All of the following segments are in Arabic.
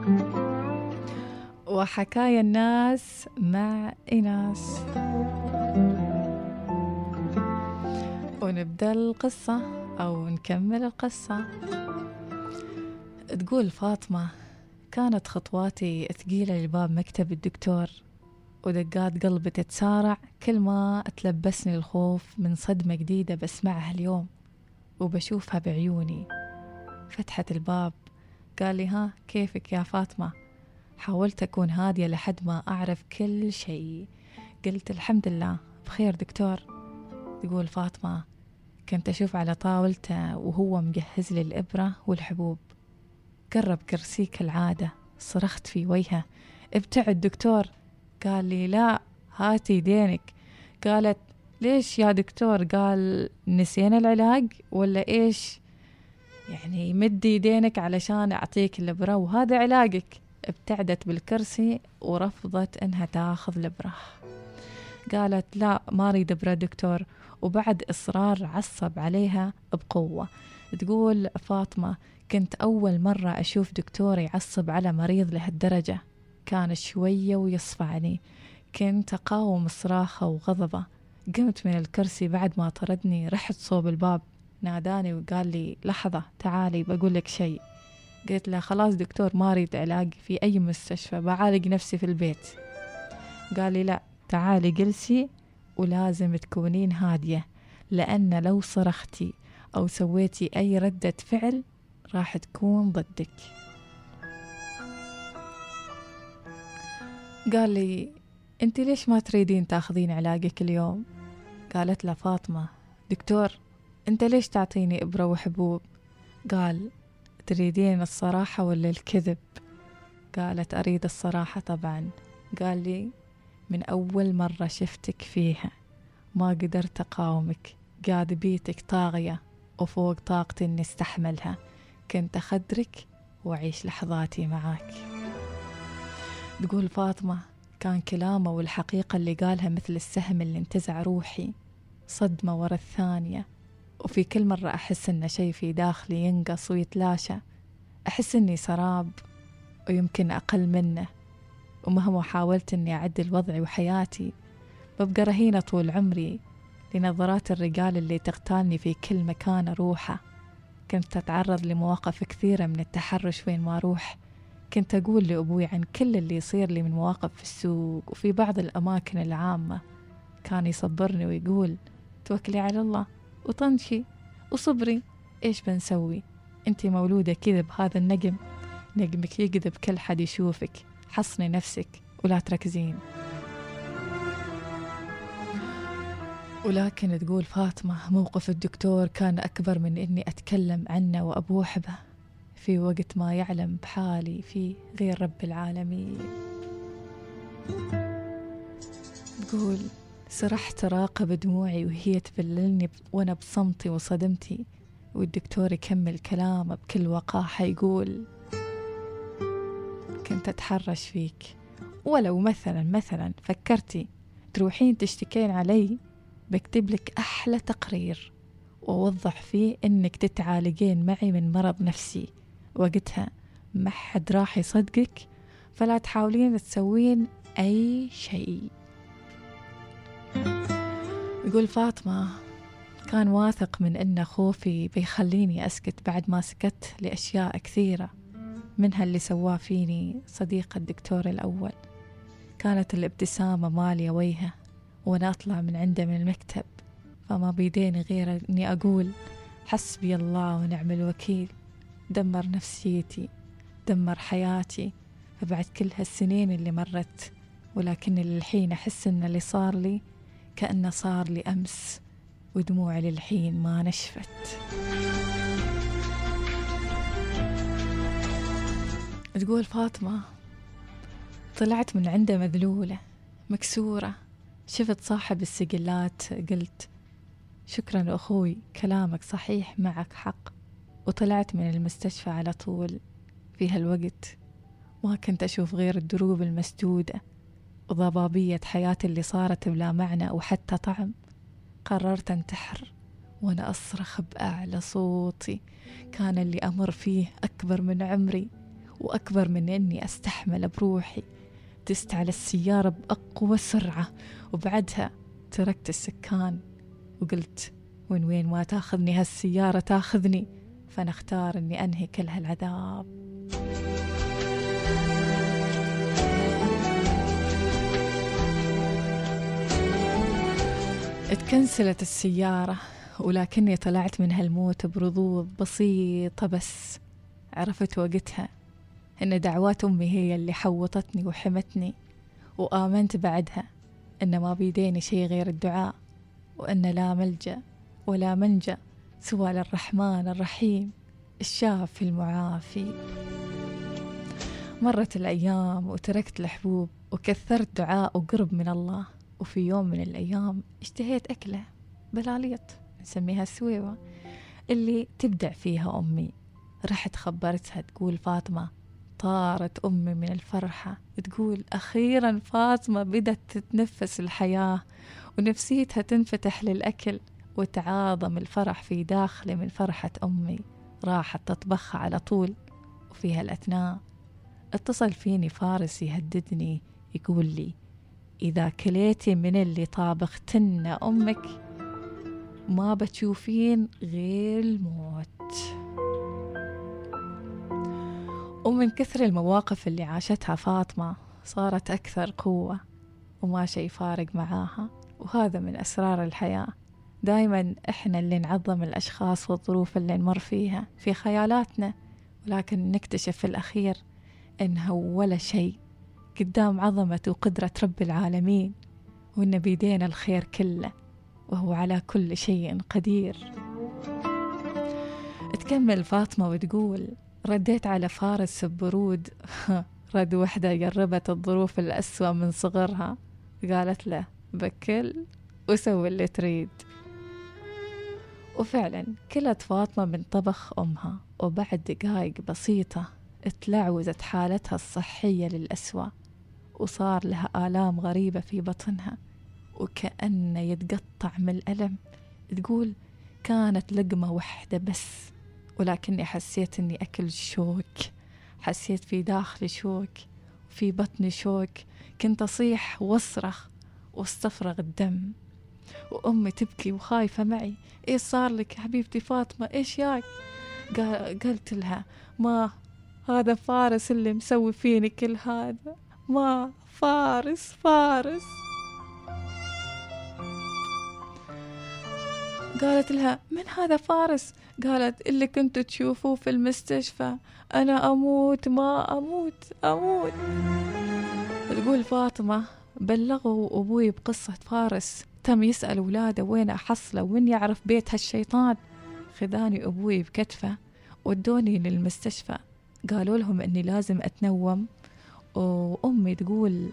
وحكايا الناس مع إيناس. ونبدأ القصة أو نكمل القصة. تقول فاطمة: كانت خطواتي ثقيلة لباب مكتب الدكتور، ودقات قلبي تتسارع كل ما أتلبسني الخوف من صدمة جديدة بسمعها اليوم وبشوفها بعيوني. فتحت الباب، قال لي: ها كيفك يا فاطمة؟ حاولت أكون هادية لحد ما أعرف كل شيء. قلت: الحمد لله بخير دكتور. تقول فاطمة: كنت أشوف على طاولته وهو مجهز لي الإبرة والحبوب. قرب كرسي كالعادة. صرخت في وجهه: ابتعد دكتور. قال لي: لا هاتي يدينك. قالت: ليش يا دكتور؟ قال: نسينا العلاج ولا إيش؟ يعني مد يدينك علشان أعطيك الإبرة وهذا علاجك. ابتعدت بالكرسي ورفضت أنها تاخذ الإبرة. قالت: لا ما أريد إبرة دكتور. وبعد إصرار عصب عليها بقوة. تقول فاطمة: كنت أول مرة أشوف دكتور يعصب على مريض لهالدرجة. كان شوية ويصفعني. كنت أقاوم صراخه وغضبه. قمت من الكرسي بعد ما طردني، رحت صوب الباب. ناداني وقال لي: لحظة تعالي بقول لك شيء. قلت له: خلاص دكتور ما أريد علاج في أي مستشفى، بعالج نفسي في البيت. قال لي: لا تعالي جلسي ولازم تكونين هادية، لأن لو صرختي أو سويتي أي ردة فعل راح تكون ضدك. قال لي: أنت ليش ما تريدين تاخذين علاجك اليوم؟ قالت له فاطمة: دكتور أنت ليش تعطيني إبرة وحبوب؟ قال: تريدين الصراحة ولا الكذب؟ قالت: أريد الصراحة طبعا. قال لي: من أول مرة شفتك فيها ما قدرت أقاومك، جاذبيتك طاغية وفوق طاقتي إني استحملها. كنت أخدرك وأعيش لحظاتي معاك. تقول فاطمة: كان كلامه والحقيقة اللي قالها مثل السهم اللي انتزع روحي، صدمة ورا الثانية. وفي كل مرة أحس إن شيء في داخلي ينقص ويتلاشى. أحس إني سراب ويمكن أقل منه، ومهما حاولت إني أعدل وضعي وحياتي ببقى رهينة طول عمري لنظرات الرجال اللي تغتالني في كل مكان أروحه. كنت أتعرض لمواقف كثيرة من التحرش وين ما أروح. كنت أقول لأبوي عن كل اللي يصير لي من مواقف في السوق وفي بعض الأماكن العامة. كان يصبرني ويقول: توكلي على الله وطنشي وصبري، إيش بنسوي؟ أنتي مولودة كذا بهذا النجم، نجمك يقذب كل حد يشوفك. حصني نفسك ولا تركزين. ولكن تقول فاطمة: موقف الدكتور كان أكبر من إني أتكلم عنه وأبوح به في وقت ما يعلم بحالي فيه غير رب العالمين. تقول: سرحت راقب دموعي وهي تبللني وأنا بصمتي وصدمتي، والدكتور يكمل كلامه بكل وقاحة يقول: كنت أتحرش فيك، ولو مثلا فكرتي تروحين تشتكين علي بكتب لك أحلى تقرير ووضح فيه إنك تتعالجين معي من مرض نفسي. وقتها ما حد راح يصدقك، فلا تحاولين تسوين أي شيء. يقول فاطمة: كان واثق من أن خوفي بيخليني أسكت بعد ما سكت لأشياء كثيرة، منها اللي سواه فيني صديق الدكتور الأول. كانت الابتسامة مالية وجهه وأنا أطلع من عنده من المكتب، فما بيديني غير أني أقول: حسبي الله ونعم الوكيل. دمر نفسيتي، دمر حياتي. فبعد كل هالسنين اللي مرت، ولكن للحين أحس أن اللي صار لي كأنه صار لي أمس، ودموعي للحين ما نشفت. تقول فاطمة: طلعت من عنده مذلولة مكسورة. شفت صاحب السجلات قلت: شكرا أخوي، كلامك صحيح، معك حق. وطلعت من المستشفى على طول. في هالوقت ما كنت أشوف غير الدروب المسدودة وضبابية حياتي اللي صارت بلا معنى وحتى طعم. قررت أنتحر وأنا أصرخ بأعلى صوتي. كان اللي أمر فيه أكبر من عمري، وأكبر من أني أستحمل بروحي. دست على السيارة بأقوى سرعة، وبعدها تركت السكان وقلت وين ما تاخذني هالسيارة تاخذني، فأنا اختار أني أنهي كل هالعذاب. اتكنسلت السيارة، ولكني طلعت من هالموت برضوض بسيطة، بس عرفت وقتها إن دعوات أمي هي اللي حوطتني وحمتني، وآمنت بعدها إن ما بيديني شيء غير الدعاء، وإن لا ملجأ ولا منجأ سوى للرحمن الرحيم الشافي المعافي. مرت الأيام وتركت الحبوب وكثرت دعاء وقرب من الله، وفي يوم من الأيام اشتهيت أكلة بلاليط نسميها السويوة اللي تبدع فيها أمي. رحت خبرتها، تقول فاطمة طارت أمي من الفرحة، تقول أخيرا فاطمة بدت تتنفس الحياة ونفسيتها تنفتح للأكل، وتعاظم الفرح في داخلي من فرحة أمي. راحت تطبخها على طول، وفي هالأثناء اتصل فيني فارس يهددني، يقول لي إذا كليتي من اللي طابختنا أمك ما بتشوفين غير الموت. ومن كثر المواقف اللي عاشتها فاطمة صارت أكثر قوة، وما شيء فارق معاها. وهذا من أسرار الحياة، دايما إحنا اللي نعظم الأشخاص والظروف اللي نمر فيها في خيالاتنا، ولكن نكتشف في الأخير إنها ولا شيء قدام عظمة وقدرة رب العالمين، وإن بيدينا الخير كله، وهو على كل شيء قدير. تكمل فاطمة وتقول رديت على فارس ببرود رد وحدة جربت الظروف الأسوأ من صغرها، قالت له بكل وسوي اللي تريد. وفعلا كلت فاطمة من طبخ أمها، وبعد دقائق بسيطة اتلعوزت حالتها الصحية للأسوأ، وصار لها آلام غريبة في بطنها وكأنه يتقطع من الألم. تقول كانت لقمة واحدة بس، ولكني حسيت أني أكل شوك، حسيت في داخلي شوك وفي بطني شوك، كنت أصيح واصرخ واستفرغ الدم، وأمي تبكي وخايفة معي. إيش صار لك حبيبتي فاطمة، إيش ياك؟ قلت لها ما هذا فارس اللي مسوي فيني كل هذا، ما فارس. قالت لها من هذا فارس؟ قالت اللي كنت تشوفوه في المستشفى، أنا أموت ما أموت. تقول فاطمة بلغوا أبوي بقصة فارس، تم يسأل أولاده وين أحصله وين يعرف بيت هالشيطان. خذاني أبوي بكتفه ودوني للمستشفى، قالوا لهم أني لازم أتنوم. وأمي تقول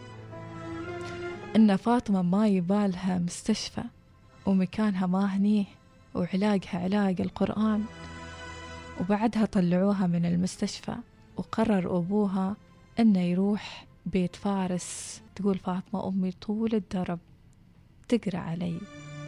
إن فاطمة ما يبالها مستشفى، ومكانها ما هنيه، وعلاجها علاج القرآن. وبعدها طلعوها من المستشفى، وقرر أبوها إنه يروح بيت فارس. تقول فاطمة أمي طول الدرب تقرأ علي.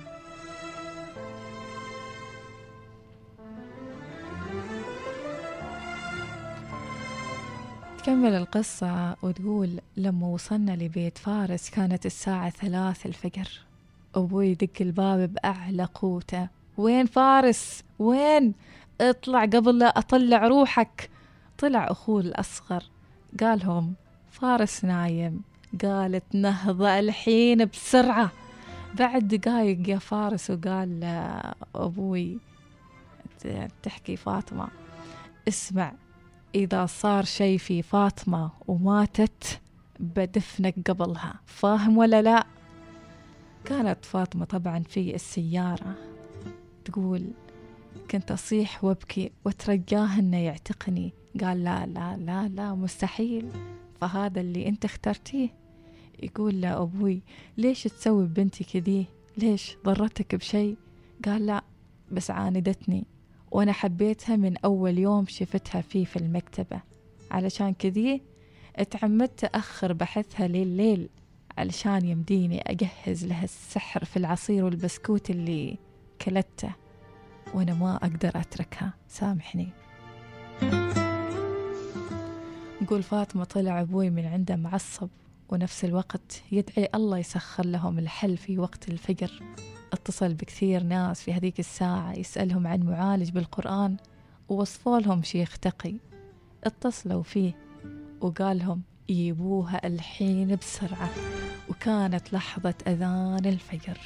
تكمل القصة وتقول لما وصلنا لبيت فارس كانت الساعة 3 الفجر، أبوي يدق الباب بأعلى قوته، وين فارس وين؟ اطلع قبل لا أطلع روحك. طلع أخوه الأصغر قالهم فارس نايم. قالت نهضة الحين بسرعة. بعد دقايق يا فارس وقال أبوي، تحكي فاطمة اسمع، إذا صار شيء في فاطمة وماتت بدفنك قبلها، فاهم ولا لا؟ كانت فاطمة طبعا في السيارة. تقول كنت أصيح وابكي وترجاه إنه يعتقني. قال لا لا لا لا مستحيل، فهذا اللي أنت اخترتيه. يقول له أبوي ليش تسوي بنتي كذي؟ ليش ضرتك بشيء؟ قال لا بس عاندتني، وأنا حبيتها من أول يوم شفتها فيه في المكتبة، علشان كذي اتعمدت أخر بحثها ليل علشان يمديني أجهز لها السحر في العصير والبسكوت اللي كلته، وأنا ما أقدر أتركها، سامحني. تقول فاطمة طلع أبوي من عنده معصب، ونفس الوقت يدعي الله يسخر لهم الحل في وقت الفجر. اتصل بكثير ناس في هذيك الساعة يسألهم عن معالج بالقرآن، ووصفوا لهم شيخ تقي. اتصلوا فيه وقالهم يجيبوها الحين بسرعة، وكانت لحظة أذان الفجر.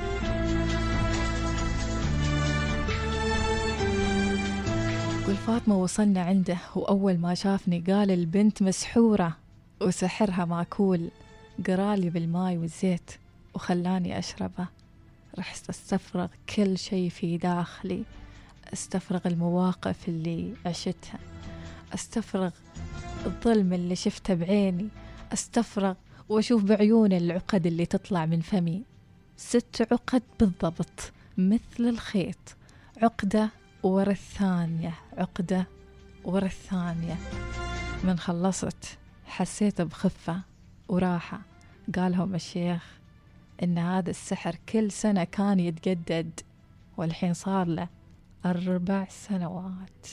تقول فاطمة وصلنا عنده، وأول ما شافني قال البنت مسحورة وسحرها ماكول. قرالي بالماي والزيت وخلاني أشربه. رحت أستفرغ كل شيء في داخلي، أستفرغ المواقف اللي عشتها، أستفرغ الظلم اللي شفته بعيني، أستفرغ وأشوف بعيون العقد اللي تطلع من فمي. 6 عقد بالضبط مثل الخيط، عقدة ورا الثانية، عقدة ورا الثانية. من خلصت حسيت بخفة وراحة. قالهم الشيخ إن هذا السحر كل سنة كان يتجدد، والحين صار له 4 سنوات.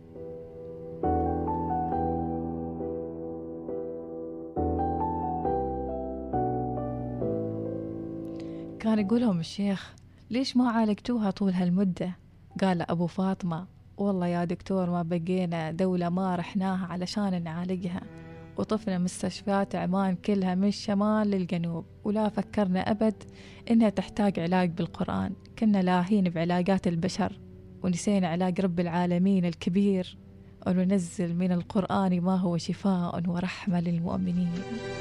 كان يقولهم الشيخ ليش ما عالجتوها طول هالمدة؟ قال أبو فاطمة والله يا دكتور ما بقينا دولة ما رحناها علشان نعالجها، وطفنا مستشفيات عمان كلها من الشمال للجنوب، ولا فكرنا أبد إنها تحتاج علاج بالقرآن. كنا لاهين بعلاجات البشر ونسينا علاج رب العالمين الكبير، وننزل من القرآن ما هو شفاء ورحمة للمؤمنين.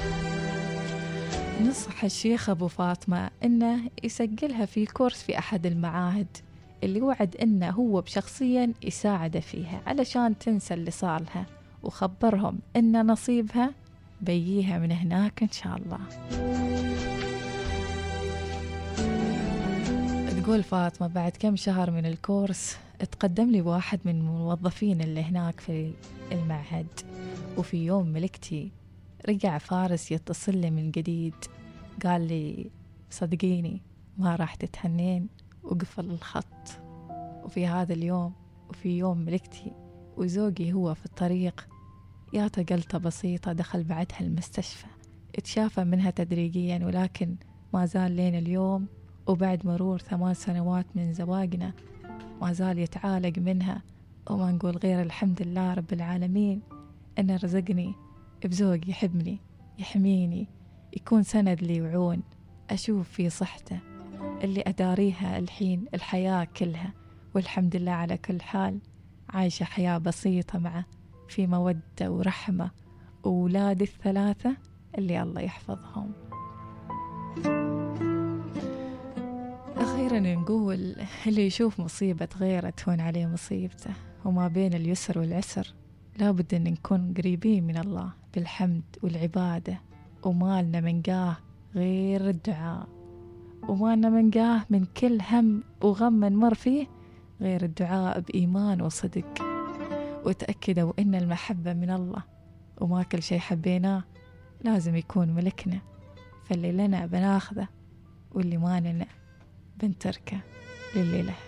نصح الشيخ أبو فاطمة إنه يسجلها في كورس في أحد المعاهد، اللي وعد إنه هو بشخصيا يساعده فيها علشان تنسى اللي صارلها، وخبرهم إن نصيبها بيجيها من هناك إن شاء الله. تقول فاطمة بعد كم شهر من الكورس اتقدم لي واحد من الموظفين اللي هناك في المعهد، وفي يوم ملكتي رجع فارس يتصل لي من جديد، قال لي صدقيني ما راح تتهنين، وقفل الخط. وفي هذا اليوم وفي يوم ملكتي وزوجي هو في الطريق، ياتا جلطة بسيطة دخل بعدها المستشفى، اتشافى منها تدريجيا، ولكن ما زال لين اليوم وبعد مرور 8 سنوات من زواجنا ما زال يتعالج منها. وما نقول غير الحمد لله رب العالمين أن رزقني بزوج يحبني يحميني، يكون سند لي وعون، أشوف في صحته اللي أداريها الحين الحياة كلها. والحمد لله على كل حال عايشة حياة بسيطة معه في مودة ورحمة، وولادي ال3 اللي الله يحفظهم. أخيرا نقول اللي يشوف مصيبة غيره تهون عليه مصيبته، وما بين اليسر والعسر لابد أن نكون قريبين من الله بالحمد والعبادة، وما لنا منقاه غير الدعاء، وما لنا منقاه من كل هم وغم نمر فيه غير الدعاء بإيمان وصدق. وتأكدوا إن المحبة من الله، وما كل شيء حبيناه لازم يكون ملكنا، فاللي لنا بناخذه واللي ما لنا بنتركه للي له.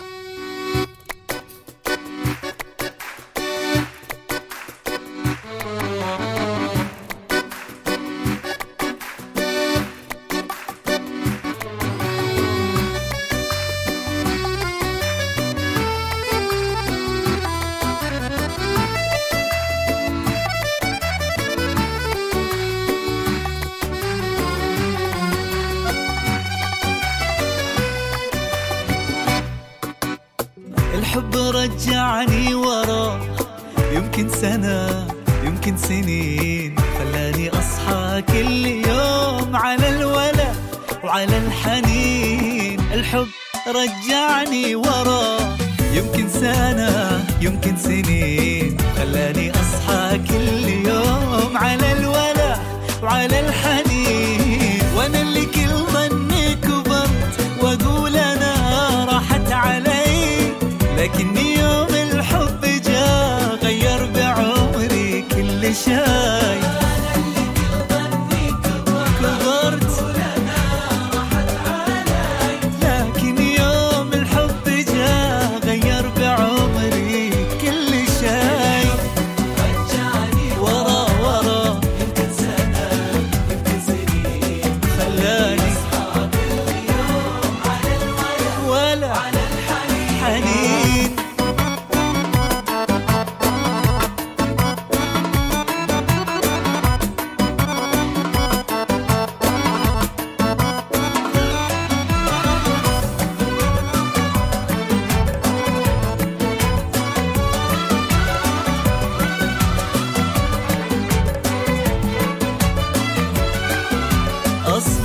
الحب رجعني ورا، يمكن سنة يمكن سنين، خلاني أصحى كل يوم على الولا وعلى الحنين. الحب رجعني ورا، يمكن سنة يمكن سنين، خلاني أصحى كل يوم على الولا وعلى الحنين. وأنا اللي كل ظني كبرت وأقول أنا راحت علي، لكني يوم الحب جاء غير بعمري كل شيء. أنا اللي كل ظني كبرت ولنا راحت علي، لكن يوم الحب جاء غير بعمري كل شيء. رجعني ورا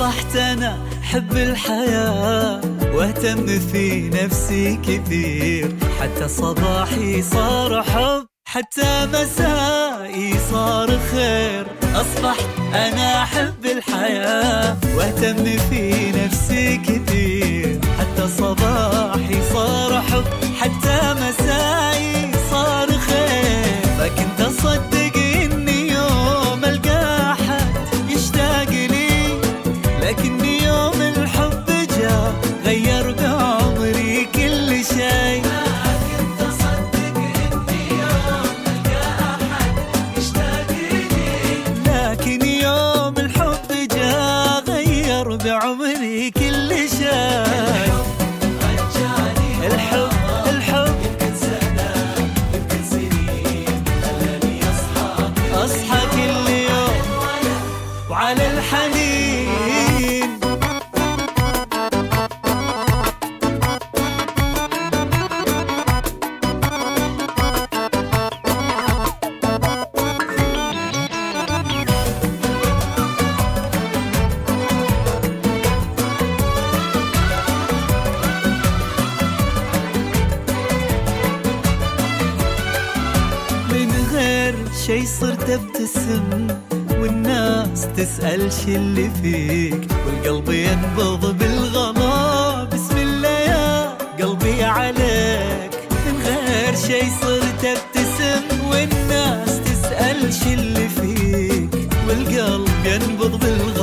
أصبحت أنا حب الحياة واهتم في نفسي كثير، حتى صباحي صار حب، حتى مسائي صار خير. أصبحت أنا أحب الحياة واهتم في نفسي كثير، حتى صباحي صار حب، حتى مسائي صار خير. فكنت أصدق إني يوم ألقى أحد يشتاق لي، لكني يوم الحب جاء غير بعمري كل شيء. كنت أصدق إني يوم ألقى أحد يشتاق لي، لكن يوم الحب جاء غير بعمري كل شيء. الحب يمكن سنة يمكن سنين، خلاني أصحى كل يوم وعلى الحنين. شي صرت ابتسم والناس تسأل شي اللي فيك، والقلب ينبض بالغلا بسم الله يا قلبي عليك. من غير شي صرت ابتسم والناس تسأل شي اللي فيك، والقلب ينبض بالغلا